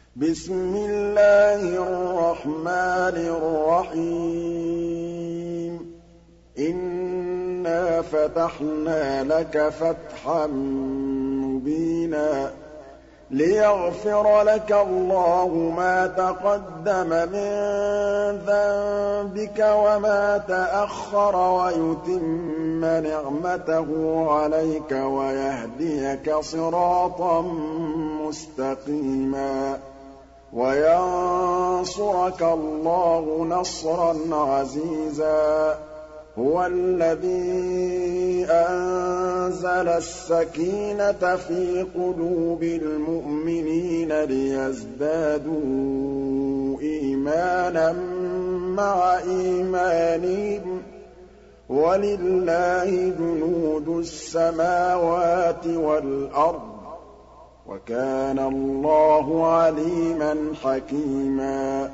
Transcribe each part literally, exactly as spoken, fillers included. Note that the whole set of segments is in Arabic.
بسم الله الرحمن الرحيم إنا فتحنا لك فتحا مبينا ليغفر لك الله ما تقدم من ذنبك وما تأخر ويتم نعمته عليك ويهديك صراطا مستقيما وينصرك الله نصرا عزيزا هو الذي أنزل السكينة في قلوب المؤمنين ليزدادوا إيمانا مع إيمانهم ولله جنود السماوات والأرض وكان الله عليما حكيما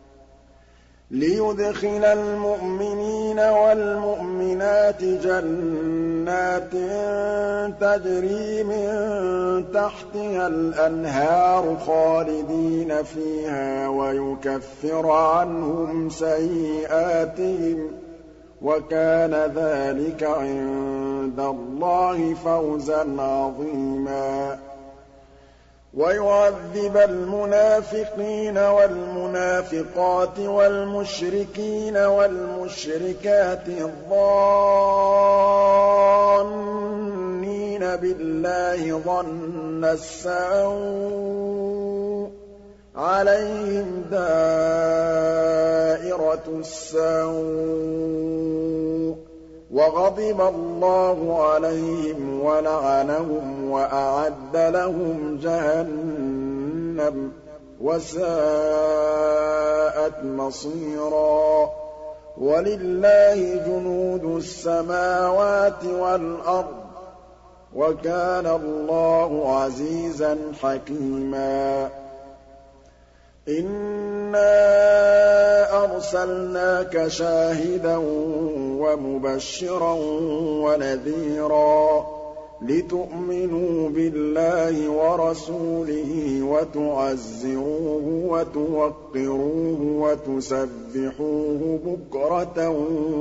ليدخل المؤمنين والمؤمنات جنات تجري من تحتها الأنهار خالدين فيها ويكفر عنهم سيئاتهم وكان ذلك عند الله فوزا عظيما ويعذب المنافقين والمنافقات والمشركين والمشركات الظانين بالله ظن السوء عليهم دائرة السوء وغضب الله عليهم ولعنهم وأعد لهم جهنم وساءت مصيرا ولله جنود السماوات والأرض وكان الله عزيزا حكيما إنا أرسلناك شاهدا ومبشرا ونذيرا لتؤمنوا بالله ورسوله وتعزروه وتوقروه وتسبحوه بكرة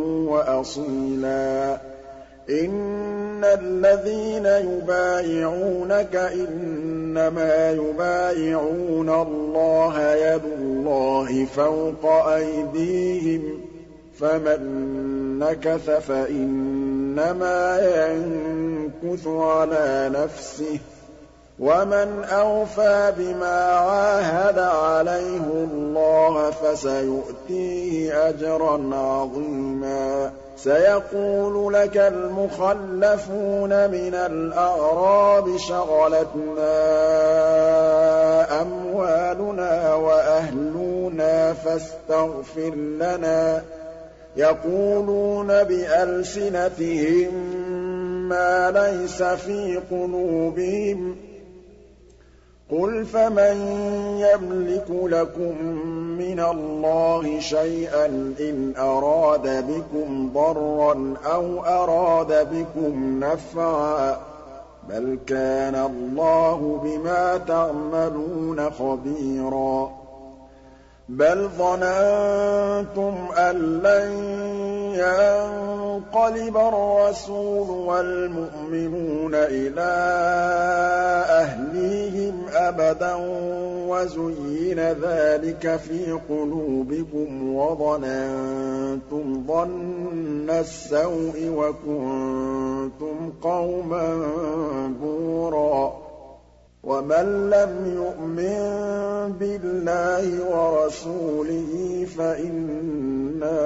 وأصيلا إن الذين يبايعونك إنما يبايعون الله يد الله فوق أيديهم فمن نكث فإنما ينكث على نفسه ومن أوفى بما عاهد عليه الله فسيؤتيه أجرا عظيما سيقول لك المخلفون من الأعراب شغلتنا أموالنا وأهلنا فاستغفر لنا يقولون بألسنتهم ما ليس في قلوبهم قل فمن يملك لكم من الله شيئا إن أراد بكم ضرا أو أراد بكم نفعا بل كان الله بما تعملون خبيرا بل ظننتم أن لن ينقلب الرسول والمؤمنون إلى أهليهم أبدا وزين ذلك في قلوبكم وظننتم ظن السوء وكنتم قوما بورا ومن لم يؤمن بالله ورسوله فإنا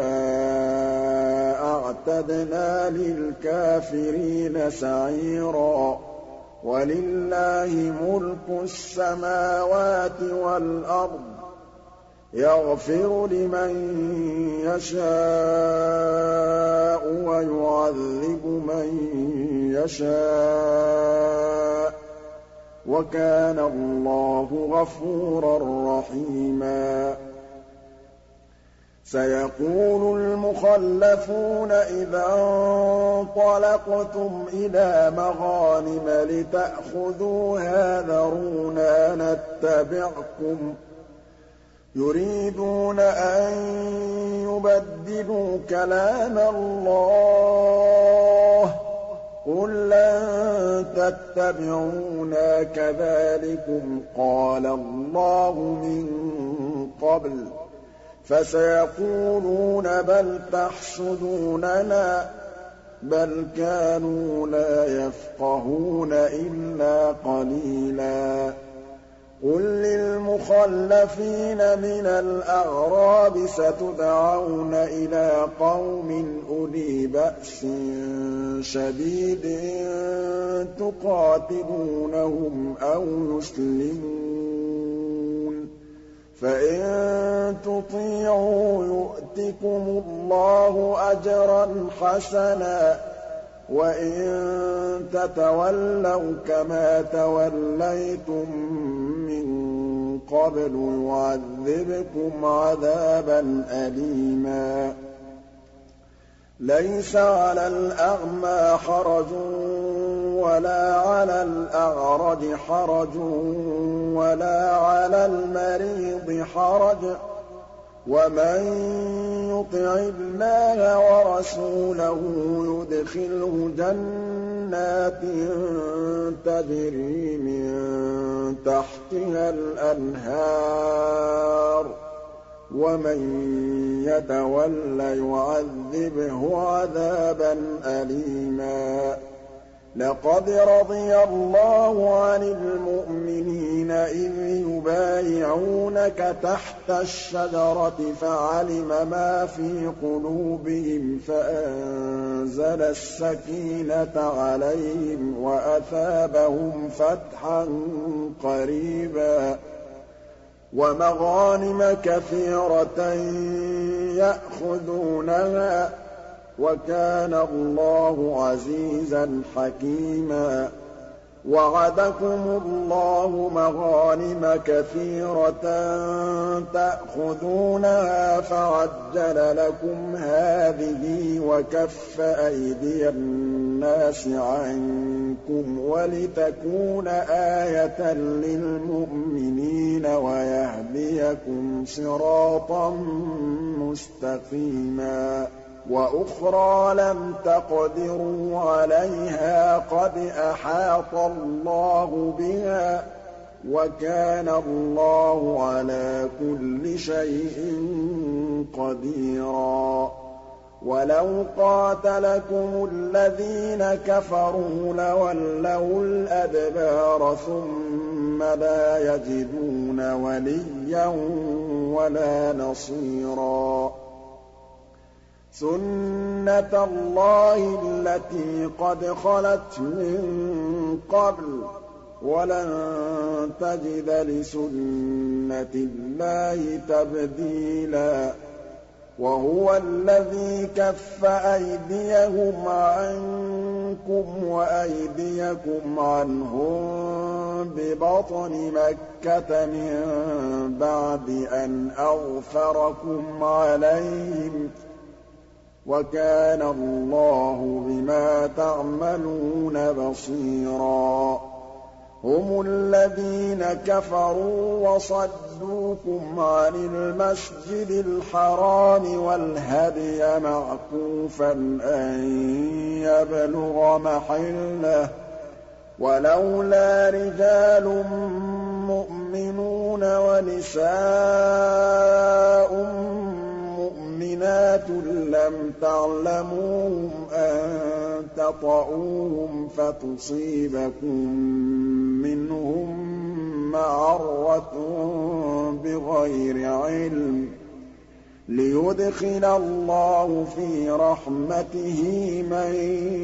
أعتدنا للكافرين سعيرا ولله ملك السماوات والأرض يغفر لمن يشاء ويعذب من يشاء وكان الله غفورا رحيما سيقول المخلفون إذا انطلقتم إلى مغانم لتأخذوها ذرونا نتبعكم يريدون أن يبدلوا كلام الله قل لن تتبعونا كذلكم قال الله من قبل فسيقولون بل تحسدوننا بل كانوا لا يفقهون إلا قليلا قل للمخلفين من الأعراب ستدعون إلى قوم أولي بأس شديد تقاتلونهم أو يسلمون فإن تطيعوا يؤتكم الله أجرا حسنا وإن تتولوا كما توليتم من قبل يعذبكم عذابا أليما ليس على الأعمى حرج ولا على الأعرج حرج ولا على المريض حرج ومن يطع الله ورسوله يدخله جنات تجري من تحتها الأنهار ومن يتول يعذبه عذابا أليما لقد رضي الله عن المؤمنين إذ يبايعونك تحت الشجرة فعلم ما في قلوبهم فأنزل السكينة عليهم وأثابهم فتحا قريبا ومغانم كثيرة يأخذونها وكان الله عزيزا حكيما وعدكم الله مغانم كثيرة تأخذونها فعجل لكم هذه وكف أيدي الناس عنكم ولتكون آية للمؤمنين ويهديكم صراطا مستقيما وأخرى لم تقدروا عليها قد أحاط الله بها وكان الله على كل شيء قديرا ولو قاتلكم الذين كفروا لولوا الأدبار ثم لا يجدون وليا ولا نصيرا سنة الله التي قد خلت من قبل ولن تجد لسنة الله تبديلا وهو الذي كف أيديهم عنكم وأيديكم عنهم ببطن مكة من بعد أن أغفركم عليهم وكان الله بما تعملون بصيرا هم الذين كفروا وصدوكم عن المسجد الحرام والهدي معكوفا أن يبلغ محله ولولا رجال مؤمنون ونساء مؤمنات لم تعلموهم أن تطؤوهم فتصيبكم منهم معرة بغير علم ليدخل الله في رحمته من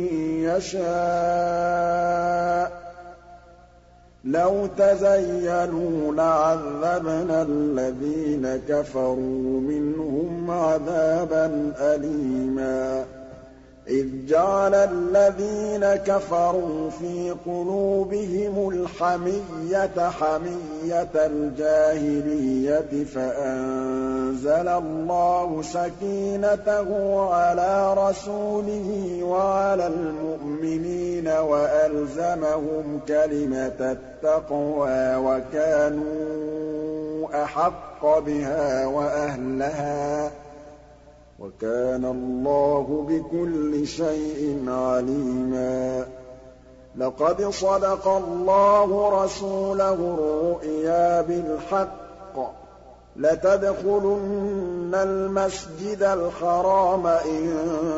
يشاء لو تزينوا لعذبنا الذين كفروا منهم عذابا أليما إِذْ جَعَلَ الَّذِينَ كَفَرُوا فِي قُلُوبِهِمُ الْحَمِيَّةَ حَمِيَّةَ الْجَاهِلِيَّةِ فَأَنزَلَ اللَّهُ سَكِينَتَهُ عَلَىٰ رَسُولِهِ وَعَلَى الْمُؤْمِنِينَ وَأَلْزَمَهُمْ كَلِمَةَ التَّقْوَىٰ وَكَانُوا أَحَقَّ بِهَا وَأَهْلَهَا ۚ وَكَانَ اللَّهُ بِكُلِّ شَيْءٍ عَلِيمًا لَقَدْ صَدَقَ اللَّهُ رَسُولَهُ الرُّؤْيَا بِالْحَقِّ ۖ لَتَدْخُلُنَّ الْمَسْجِدَ الْحَرَامَ إِن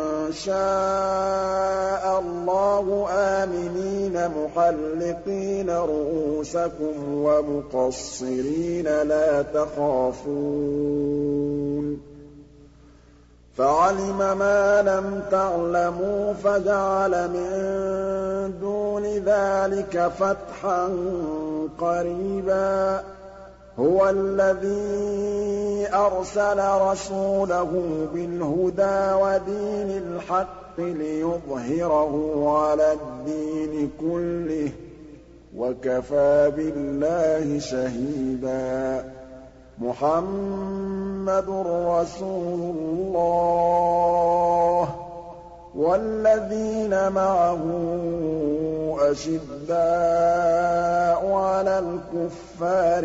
شَاءَ اللَّهُ آمِنِينَ مُحَلِّقِينَ رُءُوسَكُمْ وَمُقَصِّرِينَ لَا تَخَافُونَ فَعَلِمَ مَا لَمْ تَعْلَمُوا فَجَعَلَ مِن دُونِ ذَٰلِكَ فَتْحًا قَرِيبًا هُوَ الَّذِي أَرْسَلَ رَسُولَهُ بِالْهُدَىٰ وَدِينِ الْحَقِّ لِيُظْهِرَهُ عَلَى الدِّينِ كُلِّهِ ۚ وَكَفَىٰ بِاللَّهِ شَهِيدًا مُّحَمَّدٌ رَّسُولُ اللَّهِ ۚ وَالَّذِينَ مَعَهُ أَشِدَّاءُ عَلَى الْكُفَّارِ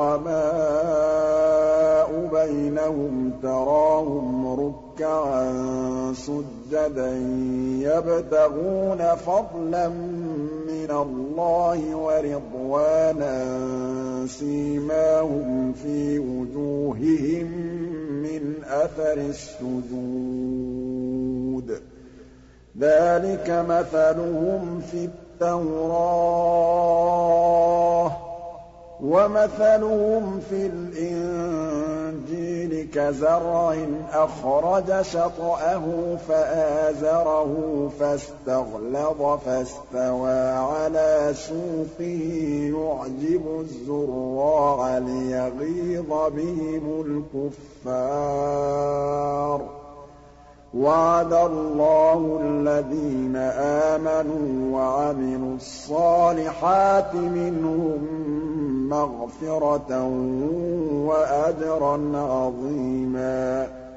رُحَمَاءُ بَيْنَهُمْ تَرَاهُمْ رُكَّعًا سُجَّدًا يَبْتَغُونَ فَضْلًا مِّنَ اللَّهِ وَرِضْوَانًا سِيمَاهُمْ فِي وُجُوهِهِم مِّنْ أَثَرِ السُّجُودِ ۚ ذَٰلِكَ مَثَلُهُمْ فِي التَّوْرَاةِ ۚ وَمَثَلُهُمْ فِي الْإِنجِيلِ كَزَرْعٍ أَخْرَجَ شَطْأَهُ فَآزَرَهُ فَاسْتَغْلَظَ فَاسْتَوَىٰ عَلَىٰ سُوقِهِ يُعْجِبُ الزُّرَّاعَ لِيَغِيظَ بِهِمُ الْكُفَّارَ ۗ وَعَدَ اللَّهُ الَّذِينَ آمَنُوا وَعَمِلُوا الصَّالِحَاتِ مِنْهُم مَّغْفِرَةً وَأَجْرًا عَظِيمًا